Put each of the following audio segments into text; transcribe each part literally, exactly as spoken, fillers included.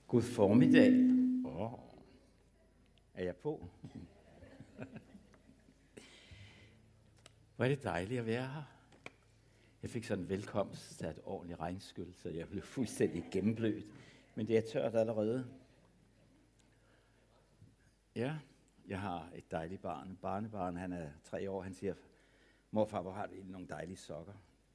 God formiddag. Åh, oh. Er jeg på? Hvor er det dejligt at være her. Jeg fik sådan en velkomst af et ordentligt regnskyld, så jeg blev fuldstændig gennemblødt. Men det er tørt allerede. Ja, jeg har et dejligt barn. Barnebarn, han er tre år. Han siger, morfar, hvor har du egentlig nogle dejlige sokker?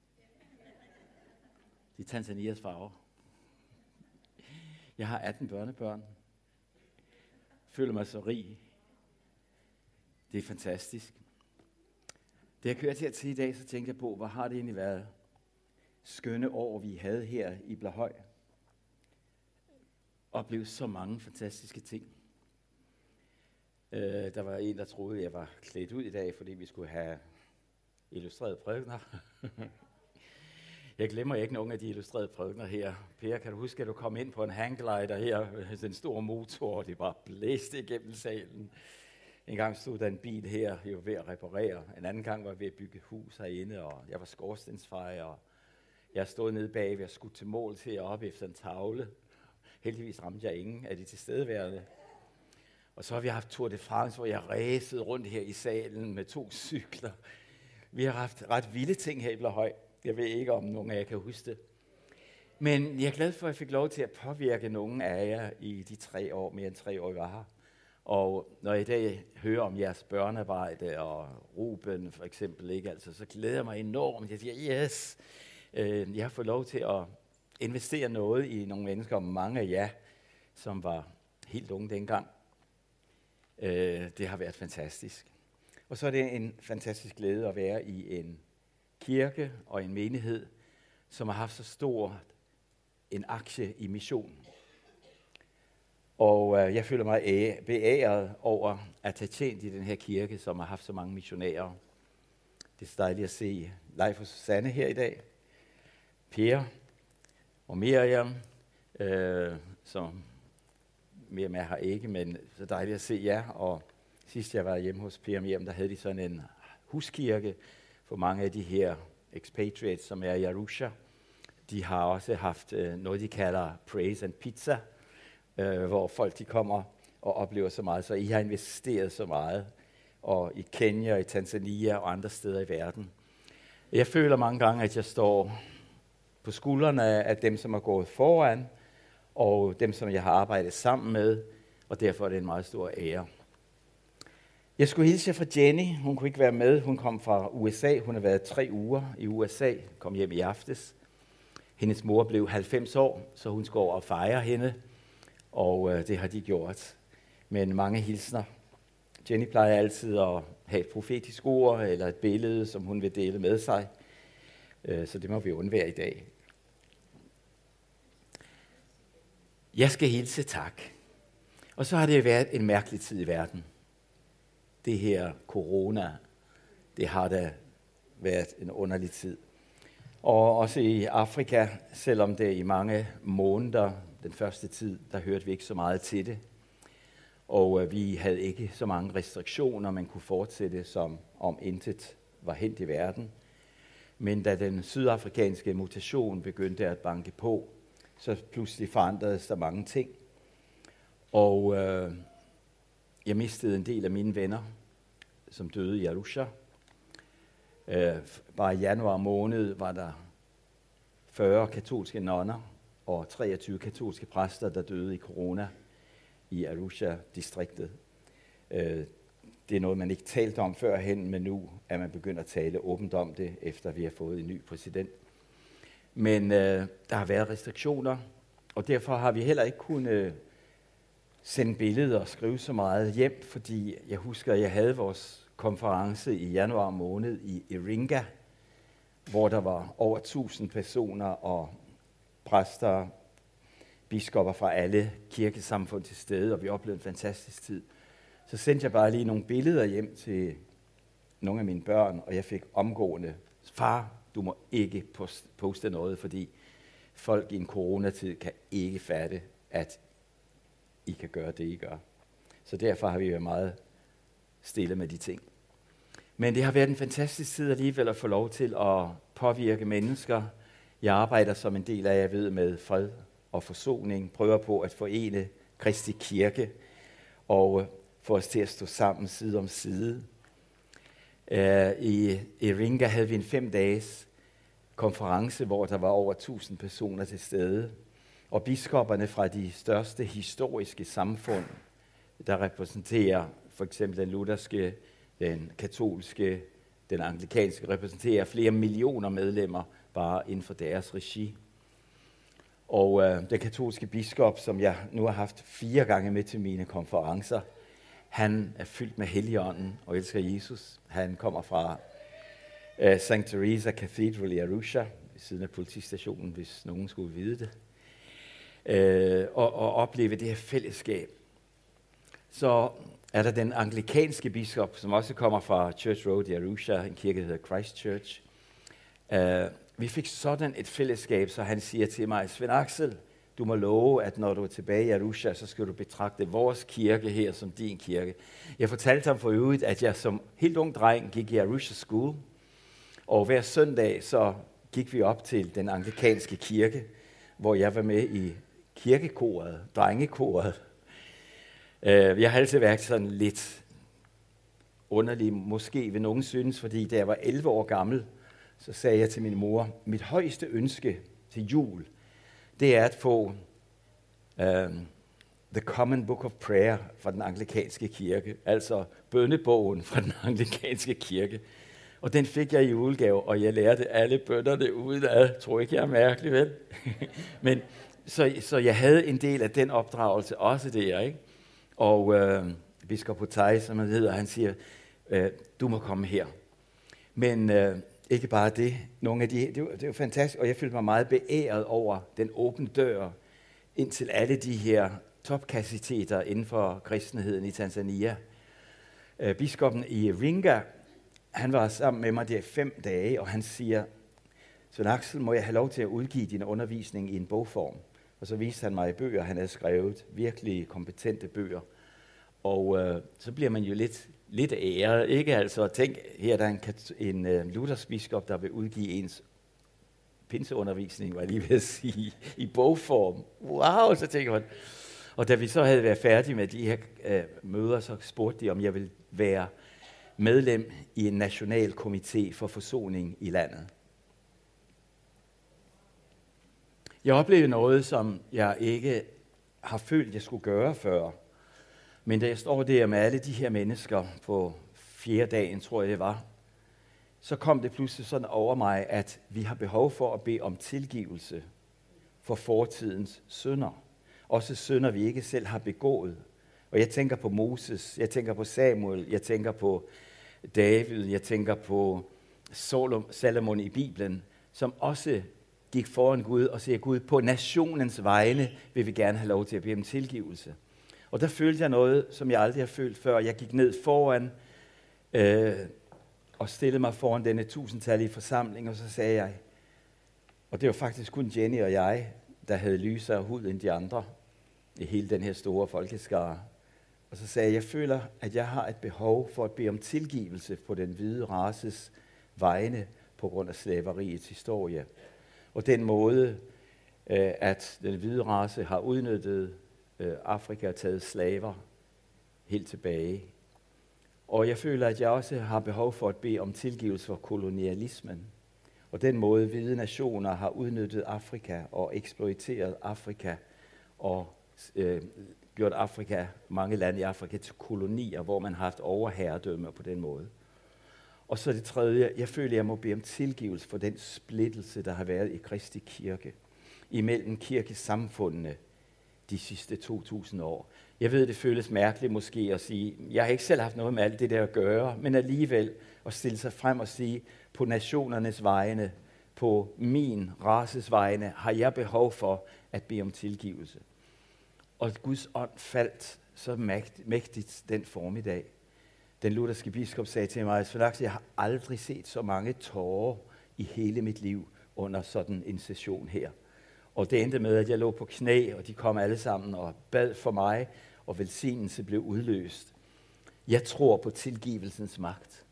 De er Tanzanias farver. Jeg har atten børnebørn. Føler mig så rig. Det er fantastisk. Da jeg kørte her til i dag, så tænkte jeg på, hvor har det egentlig været skønne år, vi havde her i Blahøj. Oplevede så mange fantastiske ting. Øh, der var en, der troede, at jeg var klædt ud i dag, fordi vi skulle have illustrerede prædikener. Jeg glemmer ikke nogen af de illustrerede prædikener her. Per, kan du huske, at du kom ind på en hangglider her, den store motor, og det bare blæste igennem salen. En gang stod der en bil her, jeg var ved at reparere. En anden gang var jeg ved at bygge hus herinde, og jeg var skorstensfejer. Og jeg stod nede bagved og skudt til mål til at op efter en tavle. Heldigvis ramte jeg ingen af de tilstedeværende. Og så har vi haft Tour de France, hvor jeg ræsede rundt her i salen med to cykler. Vi har haft ret vilde ting her i Blahøj. Jeg ved ikke, om nogen af jer kan huske det. Men jeg er glad for, at jeg fik lov til at påvirke nogen af jer i de tre år, mere end tre år, jeg var her. Og når jeg i dag hører om jeres børnearbejde og Ruben for eksempel, ikke, altså, så glæder jeg mig enormt. Jeg siger, yes, øh, jeg har fået lov til at investere noget i nogle mennesker, og mange af jer, som var helt unge dengang. Øh, det har været fantastisk. Og så er det en fantastisk glæde at være i en kirke og en menighed, som har haft så stor en aktie i missionen. Og øh, jeg føler mig æ- beæret over at have tjent i den her kirke, som har haft så mange missionærer. Det er så dejligt at se Leif og Susanne her i dag. Per og Miriam, øh, som Miriam er her ikke, men så dejligt at se jer. Og sidst jeg var hjemme hos Per og Miriam, der havde de sådan en huskirke for mange af de her expatriates, som er i Arusha. De har også haft øh, noget, de kalder praise and pizza, øh, hvor folk de kommer og oplever så meget. Så I har investeret så meget, og i Kenya, i Tanzania og andre steder i verden. Jeg føler mange gange, at jeg står på skuldrene af dem, som har gået foran, og dem, som jeg har arbejdet sammen med, og derfor er det en meget stor ære. Jeg skulle hilse jer fra Jenny. Hun kunne ikke være med. Hun kom fra U S A. Hun har været tre uger i U S A. Kom hjem i aftes. Hendes mor blev halvfems år, så hun skulle over og fejre hende. Og øh, det har de gjort. Men mange hilsner. Jenny plejer altid at have et profetisk ord eller et billede, som hun vil dele med sig. Øh, så det må vi undvære i dag. Jeg skal hilse tak. Og så har det været en mærkelig tid i verden. Det her corona, det har da været en underlig tid. Og også i Afrika, selvom det i mange måneder, den første tid, der hørte vi ikke så meget til det. Og øh, vi havde ikke så mange restriktioner, man kunne fortsætte, som om intet var hent i verden. Men da den sydafrikanske mutation begyndte at banke på, så pludselig forandredes der mange ting. Og øh, jeg mistede en del af mine venner, som døde i Arusha. Øh, bare i januar måned var der fyrre katolske nonner og treogtyve katolske præster, der døde i corona i Arusha-distriktet. Øh, det er noget, man ikke talte om førhen, men nu er man begyndt at tale åbent om det, efter vi har fået en ny præsident. Men øh, der har været restriktioner, og derfor har vi heller ikke kunnet sende billeder og skrive så meget hjem, fordi jeg husker, at jeg havde vores konference i januar måned i Iringa, hvor der var over tusind personer og præster, biskopper fra alle kirkesamfund til stede, og vi oplevede en fantastisk tid. Så sendte jeg bare lige nogle billeder hjem til nogle af mine børn, og jeg fik omgående, far, du må ikke poste noget, fordi folk i en coronatid kan ikke fatte, at I kan gøre det, I gør. Så derfor har vi været meget stille med de ting. Men det har været en fantastisk tid alligevel at få lov til at påvirke mennesker. Jeg arbejder som en del af, jeg ved, med fred og forsoning, prøver på at forene Kristi kirke og få os til at stå sammen side om side. I Iringa havde vi en fem dages konference, hvor der var over tusind personer til stede, og biskopperne fra de største historiske samfund, der repræsenterer for eksempel den lutherske, den katolske, den anglikanske, repræsenterer flere millioner medlemmer bare inden for deres regi. Og øh, den katolske biskop, som jeg nu har haft fire gange med til mine konferencer, han er fyldt med Helligånden og elsker Jesus. Han kommer fra øh, Saint Teresa Cathedral i Arusha, ved siden af politistationen, hvis nogen skulle vide det, øh, og, og opleve det her fællesskab. Så er der den anglikanske biskop, som også kommer fra Church Road i Arusha, en kirke, der hedder Christ Church. Uh, vi fik sådan et fællesskab, så han siger til mig, Svend Axel, du må love, at når du er tilbage i Arusha, så skal du betragte vores kirke her som din kirke. Jeg fortalte ham for øvrigt, at jeg som helt ung dreng gik i Arusha School, og hver søndag så gik vi op til den anglikanske kirke, hvor jeg var med i kirkekoret, drengekoret. Uh, jeg har altid været sådan lidt underlig, måske vil nogen synes, fordi da jeg var elleve år gammel, så sagde jeg til min mor, mit højeste ønske til jul, det er at få um, The Common Book of Prayer fra den anglikanske kirke, altså bønnebogen fra den anglikanske kirke. Og den fik jeg i julegave, og jeg lærte alle bønnerne udenad. Tror ikke, jeg er mærkelig, vel? Men, så, så jeg havde en del af den opdragelse også der, ikke? Og øh, biskop Otai, som han hedder, han siger, øh, du må komme her. Men øh, ikke bare det. Nogle af de, det, var, det var fantastisk, og jeg følte mig meget beæret over den åbne dør ind til alle de her topkapaciteter inden for kristenheden i Tanzania. Øh, biskoppen i Iringa, han var sammen med mig der fem dage, og han siger, Svend Axel, må jeg have lov til at udgive din undervisning i en bogform? Og så viste han mig bøger, han havde skrevet, virkelig kompetente bøger. Og øh, så bliver man jo lidt, lidt æret, ikke? Altså, tænk, her er der en, en uh, luthersk biskop, der vil udgive ens pinseundervisning, var jeg lige ved at sige, i bogform. Wow, så tænker man. Og da vi så havde været færdige med de her øh, møder, så spurgte de, om jeg ville være medlem i en national komité for forsoning i landet. Jeg oplevede noget, som jeg ikke har følt, jeg skulle gøre før. Men da jeg står der med alle de her mennesker på fjerde dagen, tror jeg det var, så kom det pludselig sådan over mig, at vi har behov for at bede om tilgivelse for fortidens synder. Også synder, vi ikke selv har begået. Og jeg tænker på Moses, jeg tænker på Samuel, jeg tænker på David, jeg tænker på Salomon i Bibelen, som også gik foran Gud og siger, Gud, på nationens vegne vil vi gerne have lov til at bede om tilgivelse. Og der følte jeg noget, som jeg aldrig har følt før. Jeg gik ned foran øh, og stillede mig foran denne tusindtallige forsamling, og så sagde jeg, og det var faktisk kun Jenny og jeg, der havde lysere hud end de andre i hele den her store folkeskare. Og så sagde jeg, jeg føler, at jeg har et behov for at bede om tilgivelse på den hvide races vegne på grund af slaveriets historie. Og den måde, at den hvide race har udnyttet Afrika og taget slaver helt tilbage. Og jeg føler, at jeg også har behov for at bede om tilgivelse for kolonialismen. Og den måde, hvide nationer har udnyttet Afrika og eksploiteret Afrika og øh, gjort Afrika, mange lande i Afrika, til kolonier, hvor man har haft overherredømme på den måde. Og så det tredje, jeg føler, at jeg må bede om tilgivelse for den splittelse, der har været i Kristi kirke, imellem kirkesamfundene de sidste to tusind år. Jeg ved, det føles mærkeligt måske at sige, jeg har ikke selv haft noget med alt det der at gøre, men alligevel at stille sig frem og sige, på nationernes vegne, på min races vegne, har jeg behov for at bede om tilgivelse. Og Guds ånd faldt så mægtigt den formiddag. Den lutherske biskop sagde til mig, at jeg har aldrig set så mange tårer i hele mit liv under sådan en session her. Og det endte med, at jeg lå på knæ, og de kom alle sammen og bad for mig, og velsignelse blev udløst. Jeg tror på tilgivelsens magt.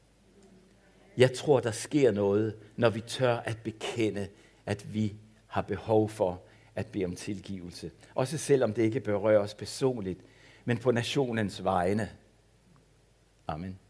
Jeg tror, der sker noget, når vi tør at bekende, at vi har behov for at bede om tilgivelse. Også selvom det ikke berører os personligt, men på nationens vegne. Amen.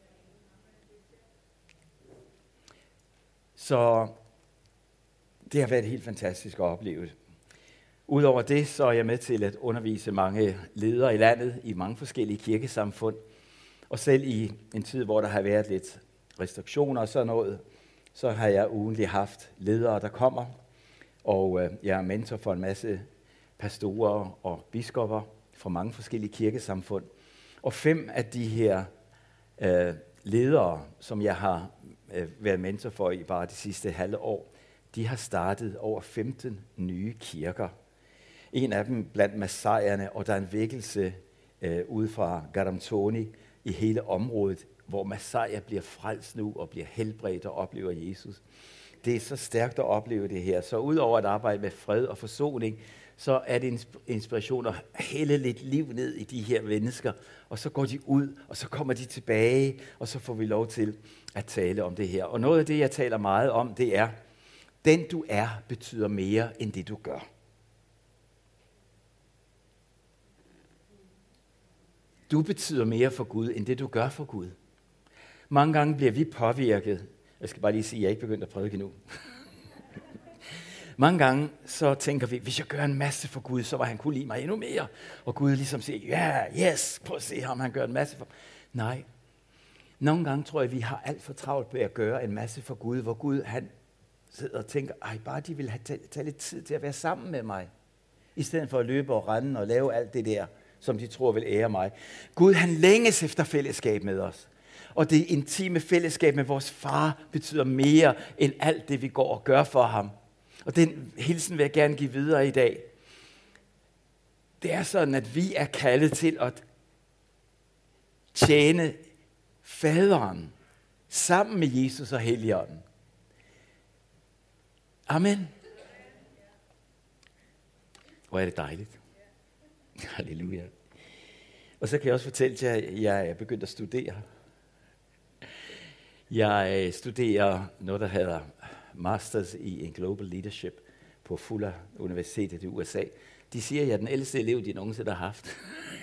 Så det har været helt fantastisk at opleve. Udover det, så er jeg med til at undervise mange ledere i landet, i mange forskellige kirkesamfund. Og selv i en tid, hvor der har været lidt restriktioner og sådan noget, så har jeg ugentlig haft ledere, der kommer. Og øh, jeg er mentor for en masse pastorer og biskopper fra mange forskellige kirkesamfund. Og fem af de her øh, ledere, som jeg har øh, været mentor for i bare de sidste halve år, de har startet over femten nye kirker. En af dem blandt masajerne, og der er en vækkelse øh, ude fra Garamtoni i hele området, hvor masajer bliver frelst nu og bliver helbredt og oplever Jesus. Det er så stærkt at opleve det her. Så udover at arbejde med fred og forsoning, så er det en inspiration at hælde lidt liv ned i de her mennesker, og så går de ud, og så kommer de tilbage, og så får vi lov til at tale om det her. Og noget af det, jeg taler meget om, det er, den du er, betyder mere end det du gør. Du betyder mere for Gud, end det du gør for Gud. Mange gange bliver vi påvirket. Jeg skal bare lige sige, at jeg er ikke begyndt at prædike nu. Mange gange så tænker vi, hvis jeg gør en masse for Gud, så var han kunne lide mig endnu mere. Og Gud ligesom siger, ja, yeah, yes, prøv at se ham, han gør en masse for. Nej. Nogle gange tror jeg, vi har alt for travlt med at gøre en masse for Gud, hvor Gud han sidder og tænker, ej, bare de vil have tage, tage lidt tid til at være sammen med mig. I stedet for at løbe og rende og lave alt det der, som de tror vil ære mig. Gud, han længes efter fællesskab med os. Og det intime fællesskab med vores far betyder mere end alt det, vi går og gør for ham. Og den hilsen vil jeg gerne give videre i dag. Det er sådan, at vi er kaldet til at tjene faderen sammen med Jesus og Helligånden. Amen. Hvor er det dejligt. Halleluja. Og så kan jeg også fortælle jer, at jeg er begyndt at studere. Jeg studerer noget, der hedder Masters i Global Leadership på Fuller Universitetet i U S A. De siger, at jeg er den ældste elev, de nogensinde har haft.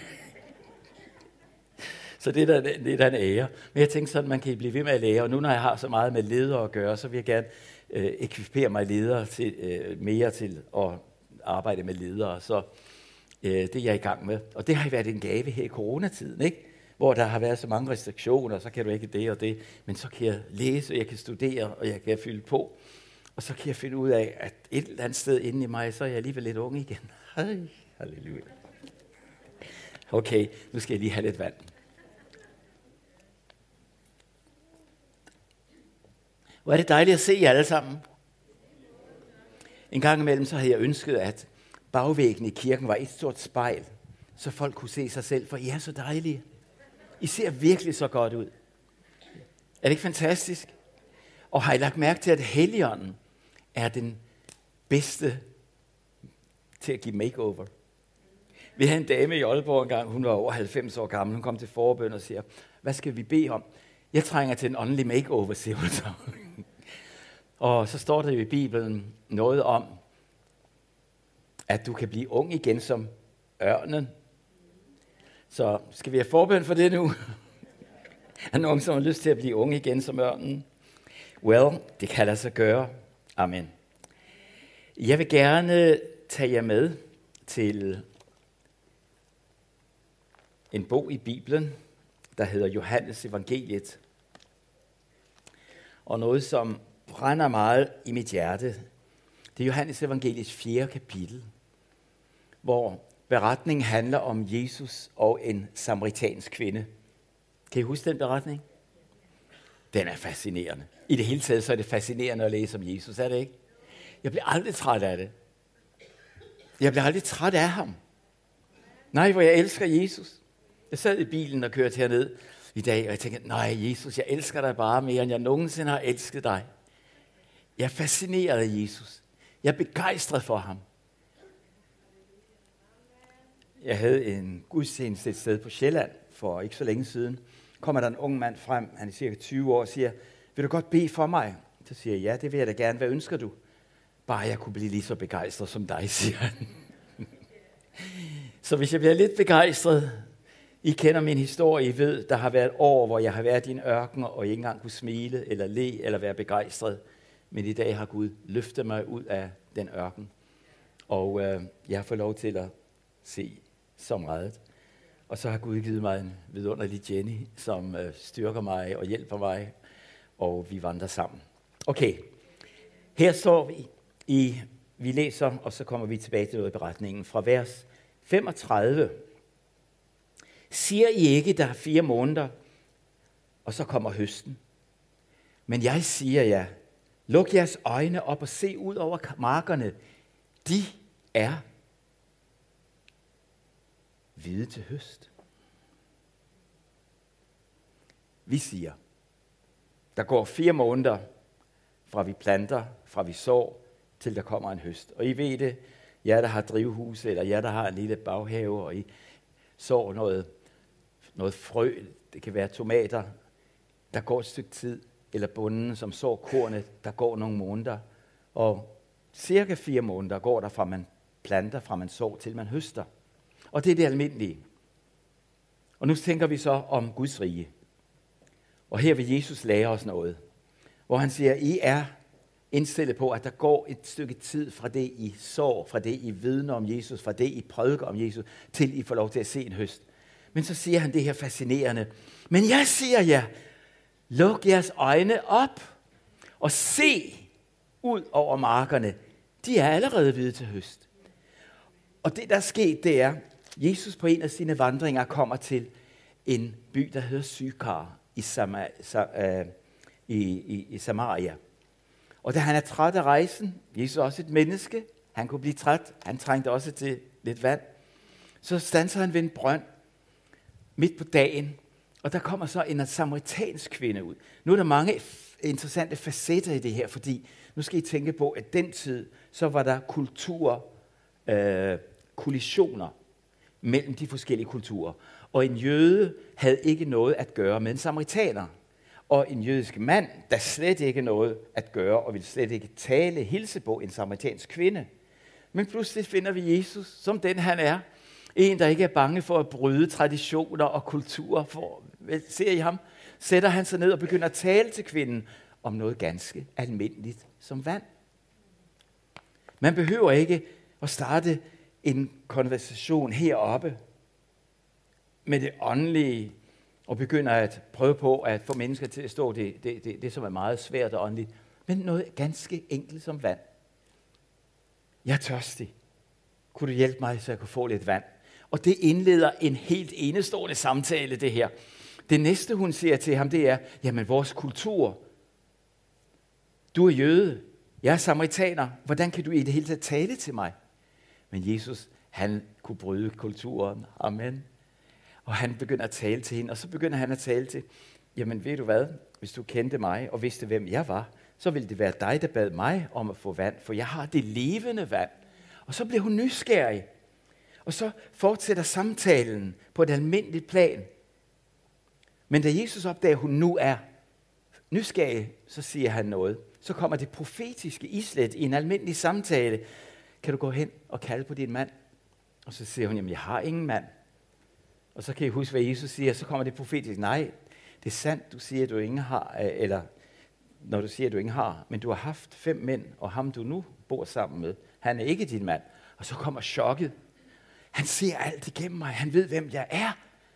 Så det er, der, det er der en ære. Men jeg tænkte sådan, at man kan blive ved med at lære. Og nu når jeg har så meget med ledere at gøre, så vil jeg gerne øh, ekvipere mig ledere til, øh, mere til at arbejde med ledere. Så øh, det er jeg i gang med. Og det har været en gave her i coronatiden, ikke? Hvor der har været så mange restriktioner, så kan du ikke det og det. Men så kan jeg læse, og jeg kan studere, og jeg kan fylde på. Og så kan jeg finde ud af, at et eller andet sted inde i mig, så er jeg alligevel lidt ung igen. Halleluja. Okay, nu skal jeg lige have lidt vand. Hvor er det dejligt at se jer alle sammen. En gang imellem så havde jeg ønsket, at bagvæggen i kirken var et stort spejl, så folk kunne se sig selv, for I er så dejlige. I ser virkelig så godt ud. Er det ikke fantastisk? Og har I lagt mærke til, at Helligånden er den bedste til at give makeover? Vi havde en dame i Aalborg engang, hun var over halvfems år gammel, hun kom til forbøn og siger, hvad skal vi bede om? Jeg trænger til en åndelig makeover, siger hun så. Og så står der jo i Bibelen noget om, at du kan blive ung igen som ørnen. Så skal vi have forbøn for det nu? Er nogen, som har lyst til at blive ung igen som ørnen? Well, det kan lade sig gøre. Amen. Jeg vil gerne tage jer med til en bog i Bibelen, der hedder Johannes Evangeliet. Og noget, som brænder meget i mit hjerte, det er Johannes Evangeliets fjerde kapitel, hvor beretningen handler om Jesus og en samaritansk kvinde. Kan I huske den beretning? Den er fascinerende. I det hele taget så er det fascinerende at læse om Jesus, er det ikke? Jeg bliver aldrig træt af det. Jeg bliver aldrig træt af ham. Nej, hvor jeg elsker Jesus. Jeg sad i bilen og kørte herned i dag, og jeg tænkte, nej Jesus, jeg elsker dig bare mere, end jeg nogensinde har elsket dig. Jeg er fascineret af Jesus. Jeg er begejstret for ham. Jeg havde en gudstjeneste et sted på Sjælland for ikke så længe siden. Kommer der en ung mand frem, han er cirka tyve år, og siger, vil du godt bede for mig? Så siger jeg, ja, det vil jeg da gerne. Hvad ønsker du? Bare jeg kunne blive lige så begejstret som dig, siger han. Så hvis jeg bliver lidt begejstret, I kender min historie, I ved, der har været år, hvor jeg har været i en ørken, og jeg ikke engang kunne smile, eller le, eller være begejstret. Men i dag har Gud løftet mig ud af den ørken. Og øh, jeg har fået lov til at se så meget. Og så har Gud givet mig en vidunderlig Jenny, som øh, styrker mig og hjælper mig, og vi vandrer sammen. Okay, her står vi i, vi læser, og så kommer vi tilbage til noget i beretningen, fra vers femogtredive. Siger I ikke, der er fire måneder, og så kommer høsten? Men jeg siger jer, luk jeres øjne op og se ud over markerne. De er hvide til høst. Vi siger, der går fire måneder, fra vi planter, fra vi sår, til der kommer en høst. Og I ved det, jer der har drivhus, eller jer der har en lille baghave, og I sår noget, noget frø, det kan være tomater, der går et stykke tid, eller bunden, som sår kornet, der går nogle måneder. Og cirka fire måneder går der fra man planter, fra man sår, til man høster. Og det er det almindelige. Og nu tænker vi så om Guds rige. Og her vil Jesus lære os noget, hvor han siger, I er indstillet på, at der går et stykke tid fra det, I sår, fra det, I vidner om Jesus, fra det, I prædiker om Jesus, til I får lov til at se en høst. Men så siger han det her fascinerende. Men jeg siger jer, luk jeres øjne op og se ud over markerne. De er allerede hvide til høst. Og det, der er sket, det er, Jesus på en af sine vandringer kommer til en by, der hedder Sykar i, Sama, sa, uh, i, i, i Samaria. Og da han er træt af rejsen, Jesus er også et menneske, han kunne blive træt, han trængte også til lidt vand, så standser han ved en brønd midt på dagen, og der kommer så en samaritansk kvinde ud. Nu er der mange interessante facetter i det her, fordi nu skal I tænke på, at den tid, så var der kultur, øh, kollisioner mellem de forskellige kulturer. Og en jøde havde ikke noget at gøre med en samaritaner. Og en jødisk mand, der slet ikke noget at gøre, og ville slet ikke tale, hilse på en samaritansk kvinde. Men pludselig finder vi Jesus, som den han er. En, der ikke er bange for at bryde traditioner og kulturer. For, ser I ham? Sætter han sig ned og begynder at tale til kvinden om noget ganske almindeligt som vand. Man behøver ikke at starte en konversation heroppe med det åndelige, og begynder at prøve på at få mennesker til at stå det, det, det, det som er meget svært og åndeligt, men noget ganske enkelt som vand. Jeg er tørstig. Kunne du hjælpe mig, så jeg kunne få lidt vand? Og det indleder en helt enestående samtale, det her. Det næste, hun siger til ham, det er, jamen vores kultur. Du er jøde, jeg er samaritaner. Hvordan kan du i det hele taget tale til mig? Men Jesus, han kunne bryde kulturen. Amen. Og han begynder at tale til hende, og så begynder han at tale til, jamen ved du hvad, hvis du kendte mig og vidste, hvem jeg var, så ville det være dig, der bad mig om at få vand, for jeg har det levende vand. Og så bliver hun nysgerrig, og så fortsætter samtalen på et almindeligt plan. Men da Jesus opdager, at hun nu er nysgerrig, så siger han noget. Så kommer det profetiske islet i en almindelig samtale. Kan du gå hen og kalde på din mand? Og så siger hun, jamen jeg har ingen mand. Og så kan I huske, hvad Jesus siger, så kommer det profetisk. Nej, det er sandt, du siger, at du ingen har, eller når du siger, at du ingen har, men du har haft fem mænd, og ham du nu bor sammen med, han er ikke din mand. Og så kommer chokket. Han ser alt igennem mig, han ved, hvem jeg er.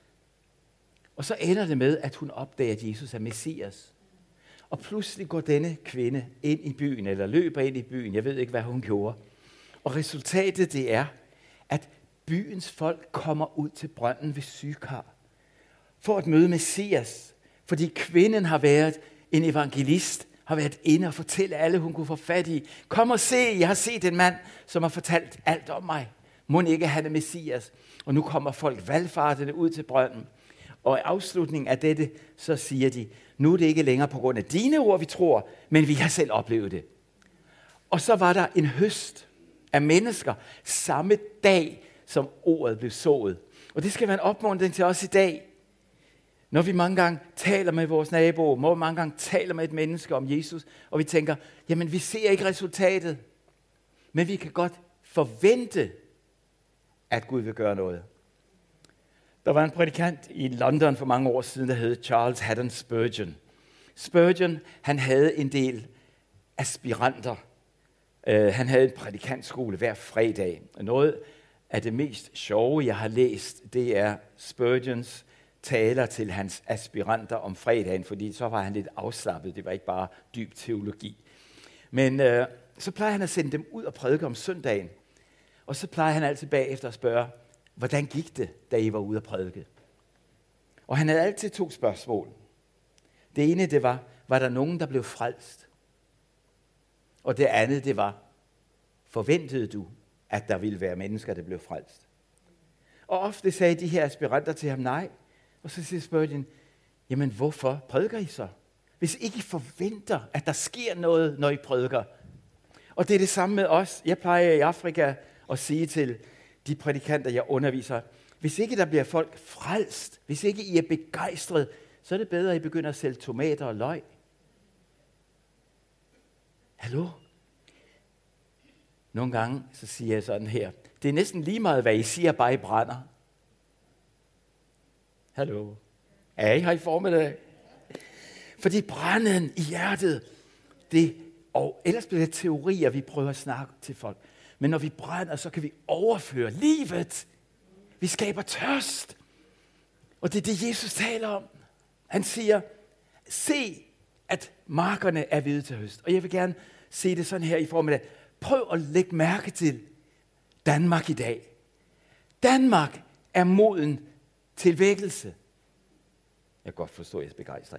Og så ender det med, at hun opdager, at Jesus er Messias. Og pludselig går denne kvinde ind i byen, eller løber ind i byen, jeg ved ikke, hvad hun gjorde. Og resultatet det er, at byens folk kommer ud til brønden ved Sykar for at møde Messias, fordi kvinden har været en evangelist, har været inde og fortælle alle, hun kunne få fat i. Kom og se, jeg har set en mand, som har fortalt alt om mig. Må ikke han er Messias. Og nu kommer folk valgfartende ud til brønden. Og i afslutningen af dette, så siger de, nu er det ikke længere på grund af dine ord, vi tror, men vi har selv oplevet det. Og så var der en høst af mennesker samme dag, som ordet blev sået. Og det skal være en opmuntring til os i dag. Når vi mange gange taler med vores naboer, når vi mange gange taler med et menneske om Jesus, og vi tænker, jamen vi ser ikke resultatet. men vi kan godt forvente, at Gud vil gøre noget. Der var en prædikant i London for mange år siden, der hed Charles Haddon Spurgeon. Spurgeon, han havde en del aspiranter. Uh, han havde en prædikantskole hver fredag. Noget af det mest sjove, jeg har læst, det er Spurgeons taler til hans aspiranter om fredagen, fordi så var han lidt afslappet. Det var ikke bare dyb teologi. Men uh, så plejer han at sende dem ud og prædike om søndagen. Og så plejer han altid bagefter at spørge, hvordan gik det, da I var ude at prædike? Og han havde altid to spørgsmål. Det ene, det var, var der nogen, der blev frelst? Og det andet, det var, forventede du, at der ville være mennesker, der blev frelst? Og ofte sagde de her aspiranter til ham nej. Og så siger Spurgeon, jamen hvorfor prædiker I så? Hvis ikke I forventer, at der sker noget, når I prædiker. Og det er det samme med os. Jeg plejer i Afrika at sige til de prædikanter, jeg underviser, hvis ikke der bliver folk frelst, hvis ikke I er begejstret, så er det bedre, at I begynder at sælge tomater og løg. Hallo? Nogle gange, så siger jeg sådan her, det er næsten lige meget, hvad I siger, bare I brænder. Hallo? Er I her i formiddag? Fordi branden i hjertet, det, og ellers bliver det teorier, vi prøver at snakke til folk. Men når vi brænder, så kan vi overføre livet. Vi skaber tørst. Og det er det, Jesus taler om. Han siger, se, at markerne er hvide til høst. Og jeg vil gerne se det sådan her i formiddag. Prøv at lægge mærke til Danmark i dag. Danmark er moden til vækkelse. Jeg kan godt forstå jeres begejstring.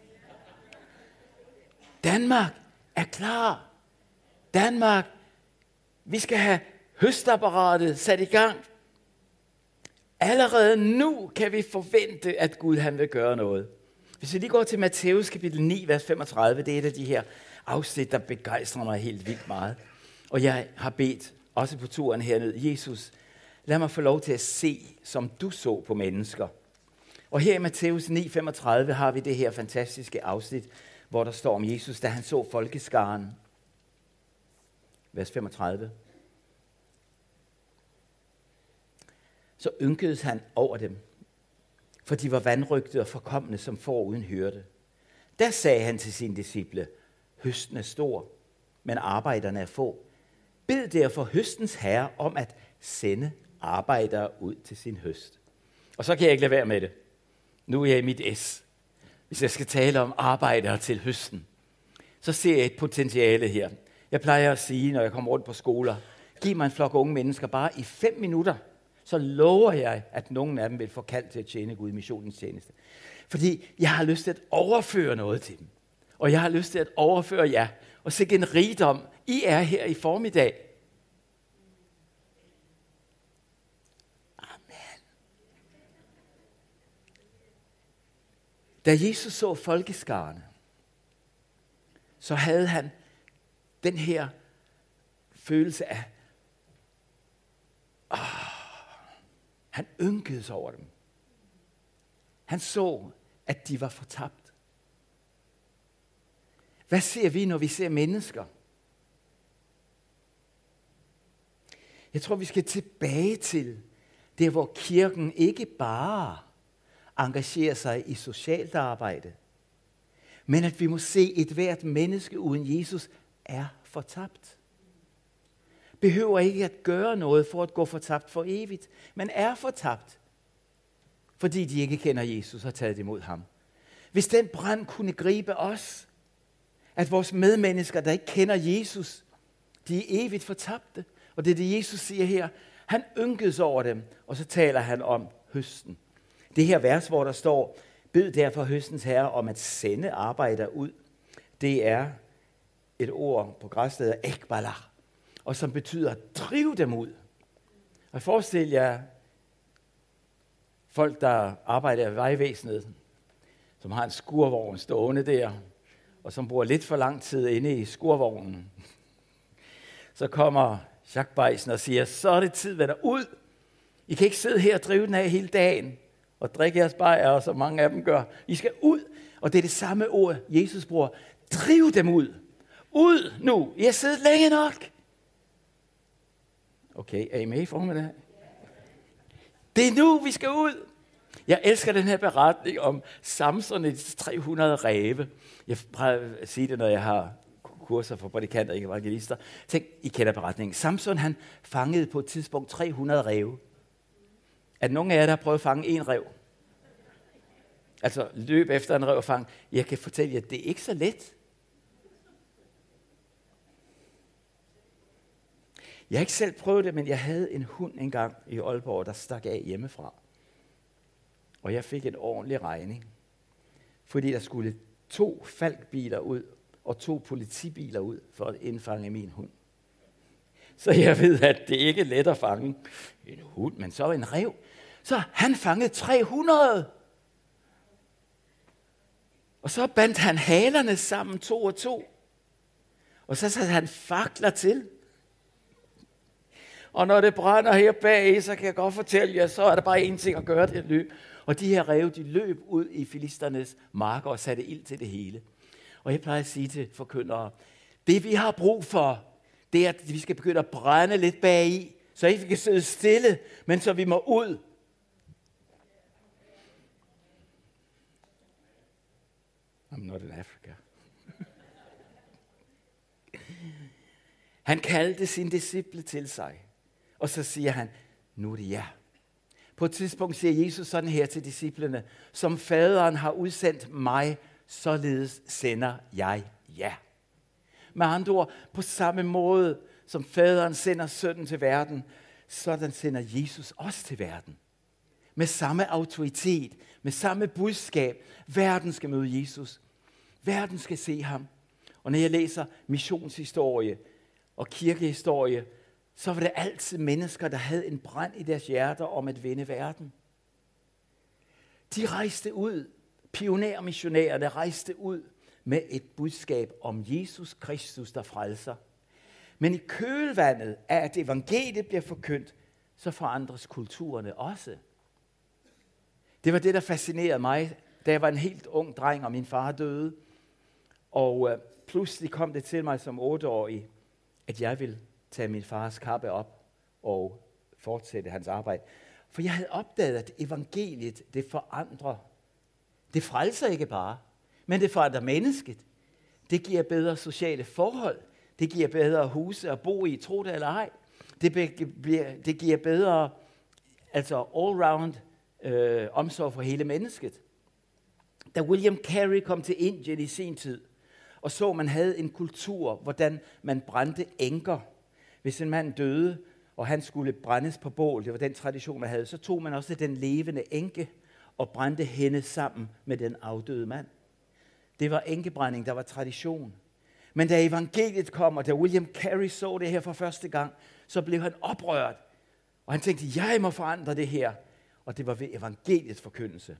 Danmark er klar. Danmark, vi skal have høstapparatet sat i gang. Allerede nu kan vi forvente, at Gud han vil gøre noget. Hvis vi lige går til Matthæus kapitel ni, vers femogtredive, det er et af de her afsnit, der begejstrer mig helt vildt meget. Og jeg har bedt, også på turen herned, Jesus, lad mig få lov til at se, som du så på mennesker. Og her i Matthæus ni, femogtredive har vi det her fantastiske afsnit, hvor der står om Jesus, da han så folkeskaren. Vers femogtredive. Så ynkedes han over dem, for de var vanrøgte og forkomne som får uden hyrde. Der sagde han til sine disciple, høsten er stor, men arbejderne er få. Bed derfor høstens herre om at sende arbejdere ud til sin høst. Og så kan jeg ikke lade være med det. Nu er jeg i mit S. Hvis jeg skal tale om arbejdere til høsten, så ser jeg et potentiale her. Jeg plejer at sige, når jeg kommer rundt på skoler, giv mig en flok unge mennesker bare i fem minutter, så lover jeg, at nogen af dem vil få kaldt til at tjene Gud i missionens tjeneste. Fordi jeg har lyst til at overføre noget til dem. Og jeg har lyst til at overføre jer. Og sikke en rigdom. I er her i formiddag. Amen. Da Jesus så folkeskarne, så havde han den her følelse af, åh, han ynkede sig over dem. Han så, at de var fortabt. Hvad ser vi, når vi ser mennesker? Jeg tror, vi skal tilbage til der, hvor kirken ikke bare engagerer sig i socialt arbejde, men at vi må se, et hvert menneske uden Jesus er fortabt. Behøver ikke at gøre noget for at gå fortabt for evigt, men er fortabt, fordi de ikke kender Jesus og har taget imod ham. Hvis den brand kunne gribe os, at vores medmennesker, der ikke kender Jesus, de er evigt fortabte. Og det er det, Jesus siger her. Han ynkedes over dem, og så taler han om høsten. Det her vers, hvor der står, bed derfor høstens herre om at sende arbejdere ud, det er et ord på græsk, der hedder ekbalach, og som betyder drive dem ud. Og forestil jer folk, der arbejder i vejvæsenet, som har en skurvogn stående der, og som bruger lidt for lang tid inde i skurvognen. Så kommer Jacques Beisen og siger, så er det tid, hvad der ud. I kan ikke sidde her og drive den af hele dagen, og drikke jeres bajer, som mange af dem gør. I skal ud, og det er det samme ord, Jesus bruger. Driv dem ud. Ud nu. I har siddet længe nok. Okay, er I med i formiddag? Det er nu, vi skal ud. Jeg elsker den her beretning om Samson og de tre hundrede ræve. Jeg prøver at sige det, når jeg har kurser for prædikanter og evangelister. Tænk, I kender beretningen. Samson, han fangede på et tidspunkt tre hundrede ræve. Er der nogen af jer, der har prøvet at fange en ræv? Altså løb efter en ræv og fange. Jeg kan fortælle jer, at det er ikke så let. Jeg har ikke selv prøvet det, men jeg havde en hund engang i Aalborg, der stak af hjemmefra. Og jeg fik en ordentlig regning, fordi der skulle to falkbiler ud og to politibiler ud for at indfange min hund. Så jeg ved, at det ikke er let at fange en hund, men så en ræv. Så han fangede tre hundrede. Og så bandt han halerne sammen to og to. Og så satte han fakler til. Og når det brænder her bag, så kan jeg godt fortælle jer, så er der bare én ting at gøre, det løb. Og de her ræve, de løb ud i filisternes marker og satte ild til det hele. Og jeg plejer at sige til forkyndere, det vi har brug for, det er, at vi skal begynde at brænde lidt bagi, så ikke vi kan sidde stille, men så vi må ud. I'm not in Africa. Han kaldte sine disciple til sig, og så siger han, nu er det jer. På et tidspunkt siger Jesus sådan her til disciplene, som faderen har udsendt mig, således sender jeg jer. Med andre ord, på samme måde som faderen sender sønnen til verden, sådan sender Jesus os til verden. Med samme autoritet, med samme budskab. Verden skal møde Jesus. Verden skal se ham. Og når jeg læser missionshistorie og kirkehistorie, så var det altid mennesker, der havde en brand i deres hjerter om at vinde verden. De rejste ud, pionermissionærerne rejste ud med et budskab om Jesus Kristus, der frelser. Men i kølvandet af, at evangeliet bliver forkyndt, så forandres kulturerne også. Det var det, der fascinerede mig, da jeg var en helt ung dreng, og min far døde. Og øh, pludselig kom det til mig som otteårig, at jeg ville tage min fars kappe op og fortsætte hans arbejde. For jeg havde opdaget, at evangeliet, det forandrer. Det frelser ikke bare, men det forandrer mennesket. Det giver bedre sociale forhold. Det giver bedre huse at bo i, tro det eller ej. Det, be- det giver bedre, altså all-round øh, omsorg for hele mennesket. Da William Carey kom til Indien i sin tid, og så man havde en kultur, hvordan man brændte enker. Hvis en mand døde, og han skulle brændes på bål, det var den tradition, man havde, så tog man også den levende enke og brændte hende sammen med den afdøde mand. Det var enkebrænding, der var tradition. Men da evangeliet kom, og da William Carey så det her for første gang, så blev han oprørt. Og han tænkte, jeg må forandre det her. Og det var ved evangeliets forkyndelse.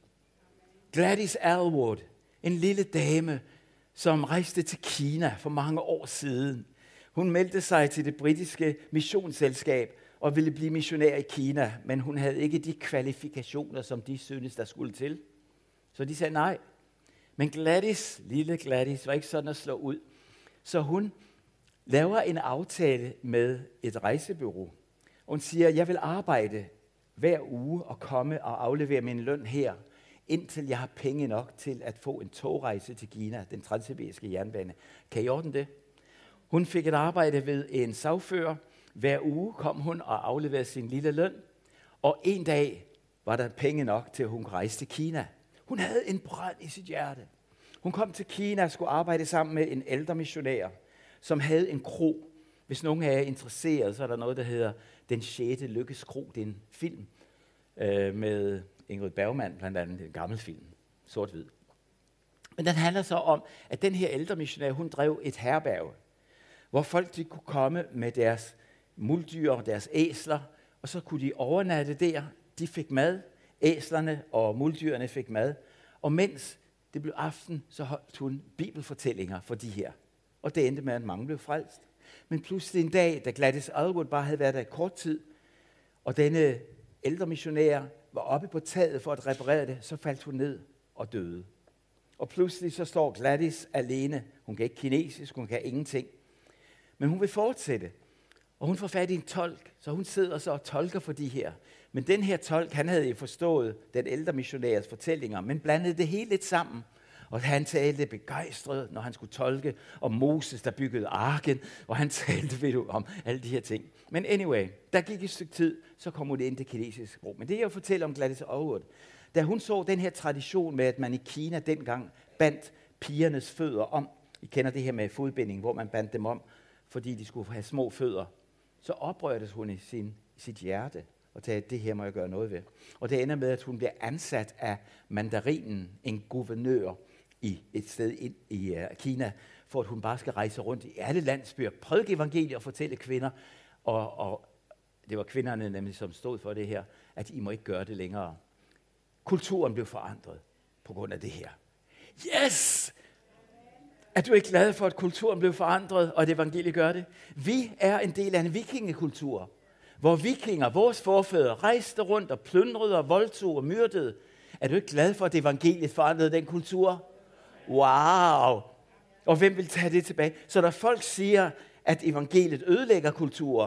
Gladys Aylward, en lille dame, som rejste til Kina for mange år siden. Hun meldte sig til det britiske missionsselskab og ville blive missionær i Kina, men hun havde ikke de kvalifikationer, som de syntes, der skulle til. Så de sagde nej. Men Gladys, lille Gladys, var ikke sådan at slå ud. Så hun laver en aftale med et rejsebureau. Hun siger, jeg vil arbejde hver uge og komme og aflevere min løn her, indtil jeg har penge nok til at få en togrejse til Kina, den transsibiriske jernbane. Kan I ordne det? Hun fik et arbejde ved en sagfører. Hver uge kom hun og afleverede sin lille løn. Og en dag var der penge nok til, at hun kunne rejse til Kina. Hun havde en brand i sit hjerte. Hun kom til Kina og skulle arbejde sammen med en ældre missionær, som havde en kro. Hvis nogen af jer er interesseret, så er der noget, der hedder Den sjette Lykkes Kro. Det er en film øh, med Ingrid Bergman, blandt andet en gammel film, sort-hvid. Men den handler så om, at den her ældre missionær, hun drev et herberg, hvor folk de kunne komme med deres muldyr, deres æsler, og så kunne de overnatte der. De fik mad, æslerne og muldyrene fik mad, og mens det blev aften, så holdt hun bibelfortællinger for de her. Og det endte med, at mange blev frelst. Men pludselig en dag, da Gladys Aylward bare havde været der i kort tid, og denne ældre missionær var oppe på taget for at reparere det, så faldt hun ned og døde. Og pludselig så står Gladys alene. Hun kan ikke kinesisk, hun kan ingenting. Men hun vil fortsætte. Og hun får fat i en tolk, så hun sidder så og tolker for de her. Men den her tolk, han havde jo forstået den ældre missionærs fortællinger, men blandede det hele lidt sammen. Og han talte begejstret, når han skulle tolke om Moses, der byggede arken, og han talte ved du, om alle de her ting. Men anyway, der gik et stykke tid, så kom hun ind til kinesisk sprog. Men det jeg fortæller om Gladys Aylward, da hun så den her tradition med, at man i Kina dengang bandt pigernes fødder om. I kender det her med fodbinding, hvor man bandt dem om, fordi de skulle have små fødder. Så oprørtes hun i sin, sit hjerte og sagde, det her må jeg gøre noget ved. Og det ender med, at hun bliver ansat af mandarinen, en guvernør, i et sted ind i uh, Kina, for at hun bare skal rejse rundt i alle landsbyer, prædike evangeliet og fortælle kvinder, og, og det var kvinderne nemlig, som stod for det her, at I må ikke gøre det længere. Kulturen blev forandret på grund af det her. Yes! Er du ikke glad for, at kulturen blev forandret, og at evangeliet gør det? Vi er en del af en vikingekultur, hvor vikinger, vores forfædre, rejste rundt og plyndrede og voldtog og myrdede. Er du ikke glad for, at evangeliet forandrede den kultur? Wow! Og hvem vil tage det tilbage? Så når folk siger, at evangeliet ødelægger kulturer,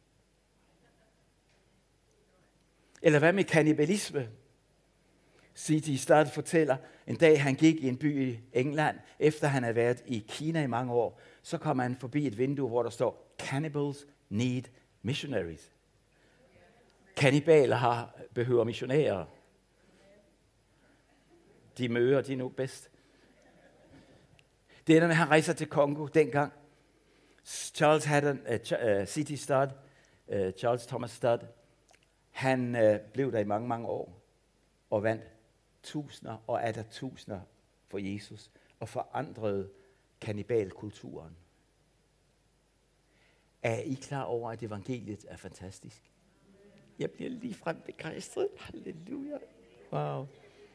eller hvad med kannibalisme? C T Studd fortæller, en dag han gik i en by i England, efter han havde været i Kina i mange år, så kom han forbi et vindue, hvor der står, Cannibals need missionaries. Kannibaler har, behøver missionærer. De møder, de er nu bedst. Det ender med, han rejser til Kongo dengang. Charles Haddon, uh, C T Studd, uh, Charles Thomas Studd, han uh, blev der i mange, mange år og vandt tusinder og atter tusinder for Jesus og forandrede kannibalkulturen. Er I klar over, at evangeliet er fantastisk? Jeg bliver ligefrem begejstret. Halleluja. Wow.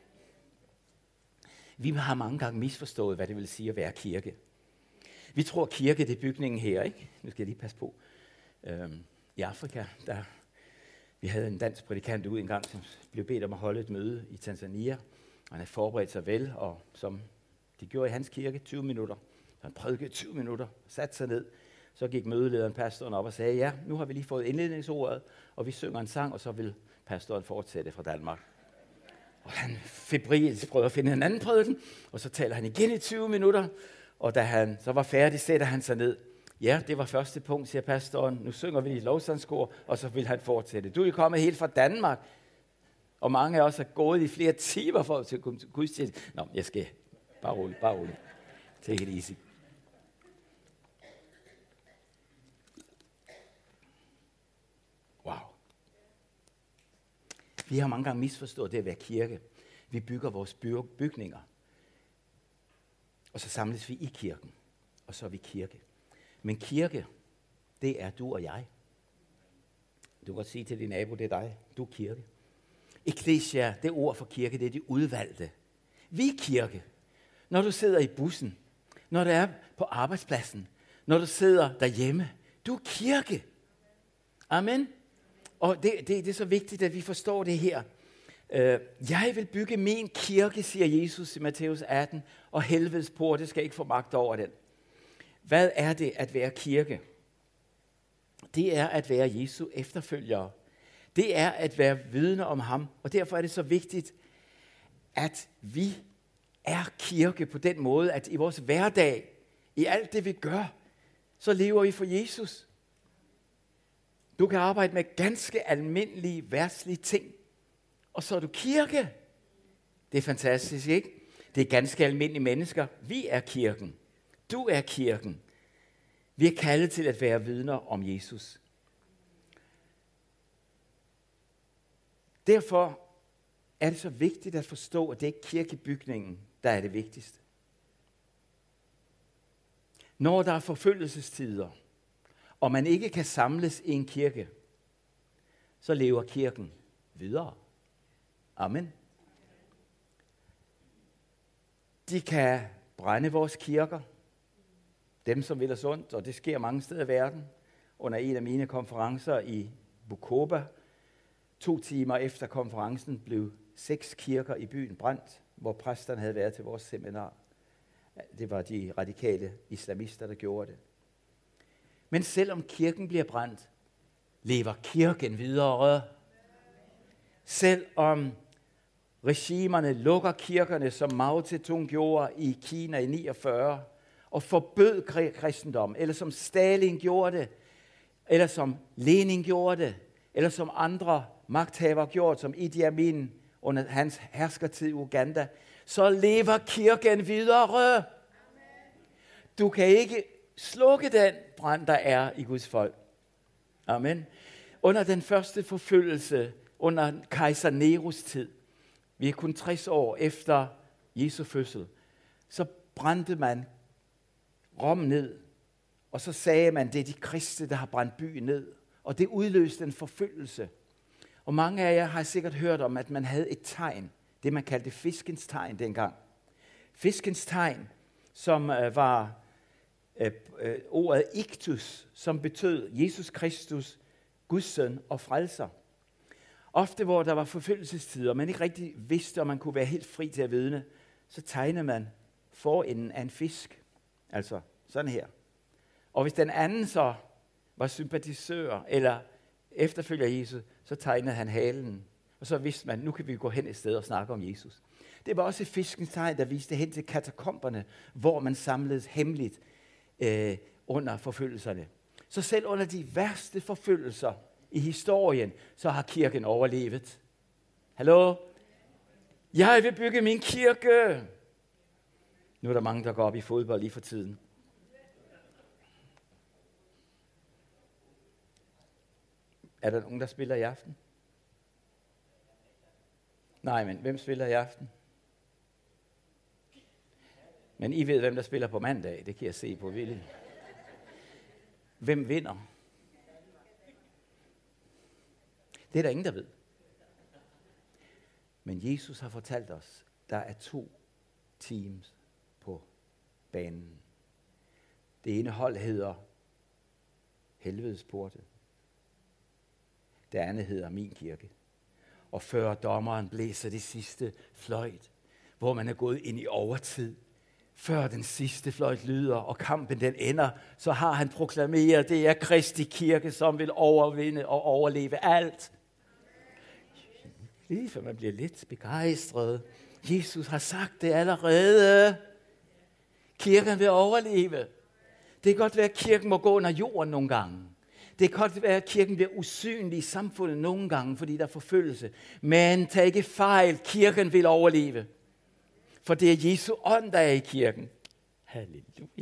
Vi har mange gange misforstået, hvad det vil sige at være kirke. Vi tror, kirke det er bygningen her, ikke? Nu skal jeg lige passe på. Øhm, I Afrika, der vi havde en dansk prædikant ud en gang, som blev bedt om at holde et møde i Tanzania. Han havde forberedt sig vel, og som de gjorde i hans kirke, tyve minutter. Så han prædikede tyve minutter, satte sig ned. Så gik mødelederen, pastoren, op og sagde, ja, nu har vi lige fået indledningsordet, og vi synger en sang, og så vil pastoren fortsætte fra Danmark. Og han febrilsk prøvede at finde en anden prædiken, og så taler han igen i tyve minutter, og da han så var færdig, sætter han sig ned. Ja, det var første punkt, siger pastoren. Nu synger vi i lovsangskor, og så vil han fortsætte. Du er kommet helt fra Danmark, og mange af os er gået i flere timer for at komme til gudstjeneste. Nå, jeg skal bare rolig, bare rolig. Take it easy. Wow. Vi har mange gange misforstået det at være kirke. Vi bygger vores bygninger, og så samles vi i kirken, og så er vi kirke. Men kirke, det er du og jeg. Du kan godt sige til din nabo, det er dig. Du er kirke. Ekklesia, det ord for kirke, det er de udvalgte. Vi er kirke. Når du sidder i bussen, når du er på arbejdspladsen, når du sidder derhjemme, du er kirke. Amen. Og det, det, det er så vigtigt, at vi forstår det her. Jeg vil bygge min kirke, siger Jesus i Matthæus atten, og helvedes porte skal ikke få magt over den. Hvad er det at være kirke? Det er at være Jesu efterfølgere. Det er at være vidne om ham. Og derfor er det så vigtigt, at vi er kirke på den måde, at i vores hverdag, i alt det vi gør, så lever vi for Jesus. Du kan arbejde med ganske almindelige, verdslige ting, og så er du kirke. Det er fantastisk, ikke? Det er ganske almindelige mennesker. Vi er kirken. Du er kirken. Vi er kaldet til at være vidner om Jesus. Derfor er det så vigtigt at forstå, at det ikke er kirkebygningen, der er det vigtigste. Når der er forfølgelsestider, og man ikke kan samles i en kirke, så lever kirken videre. Amen. De kan brænde vores kirker, dem som vil os ondt, og det sker mange steder i verden. Under en af mine konferencer i Bukoba, to timer efter konferencen, blev seks kirker i byen brændt, hvor præsterne havde været til vores seminar. Det var de radikale islamister, der gjorde det. Men selvom kirken bliver brændt, lever kirken videre. Selvom regimerne lukker kirkerne, som Mao Zedong gjorde i Kina i niogfyrre, og forbød kristendom, eller som Stalin gjorde det, eller som Lenin gjorde det, eller som andre magthavere gjorde, som Idi Amin under hans herskertid i Uganda, så lever kirken videre. Du kan ikke slukke den brand, der er i Guds folk. Amen. Under den første forfølgelse, under kejser Neros tid, vi er kun tres år efter Jesu fødsel, så brændte man Rom ned, og så sagde man, det er de kristne, der har brændt byen ned. Og det udløste en forfølgelse. Og mange af jer har sikkert hørt om, at man havde et tegn, det man kaldte fiskens tegn dengang. Fiskens tegn, som øh, var øh, øh, ordet ictus, som betød Jesus Kristus, Guds søn og frelser. Ofte, hvor der var forfølgelsestider, og man ikke rigtig vidste, om man kunne være helt fri til at vidne, så tegnede man forenden af en fisk. Altså sådan her. Og hvis den anden så var sympatisør eller efterfølger Jesus, så tegnede han halen. Og så vidste man, nu kan vi gå hen et sted og snakke om Jesus. Det var også et fiskens tegn, der viste hen til katakomberne, hvor man samledes hemmeligt øh, under forfølgelserne. Så selv under de værste forfølgelser i historien, så har kirken overlevet. Hallo? Jeg vil bygge min kirke. Nu er der mange, der går op i fodbold lige for tiden. Er der nogen, der spiller i aften? Nej, men hvem spiller i aften? Men I ved, hvem der spiller på mandag. Det kan jeg se på vildt. Hvem vinder? Det er der ingen, der ved. Men Jesus har fortalt os, der er to teams på banen. Det ene hold hedder Helvedes porte. Det andet hedder Min kirke. Og før dommeren blæser det sidste fløjt, hvor man er gået ind i overtid, før den sidste fløjt lyder, og kampen den ender, så har han proklameret, det er Kristi kirke, som vil overvinde og overleve alt. Lige før man bliver lidt begejstret. Jesus har sagt det allerede. Kirken vil overleve. Det kan godt være, at kirken må gå under jorden nogle gange. Det kan godt være, at kirken bliver usynlig i samfundet nogle gange, fordi der er forfølgelse. Men tag ikke fejl, kirken vil overleve. For det er Jesu ånd, der er i kirken. Halleluja.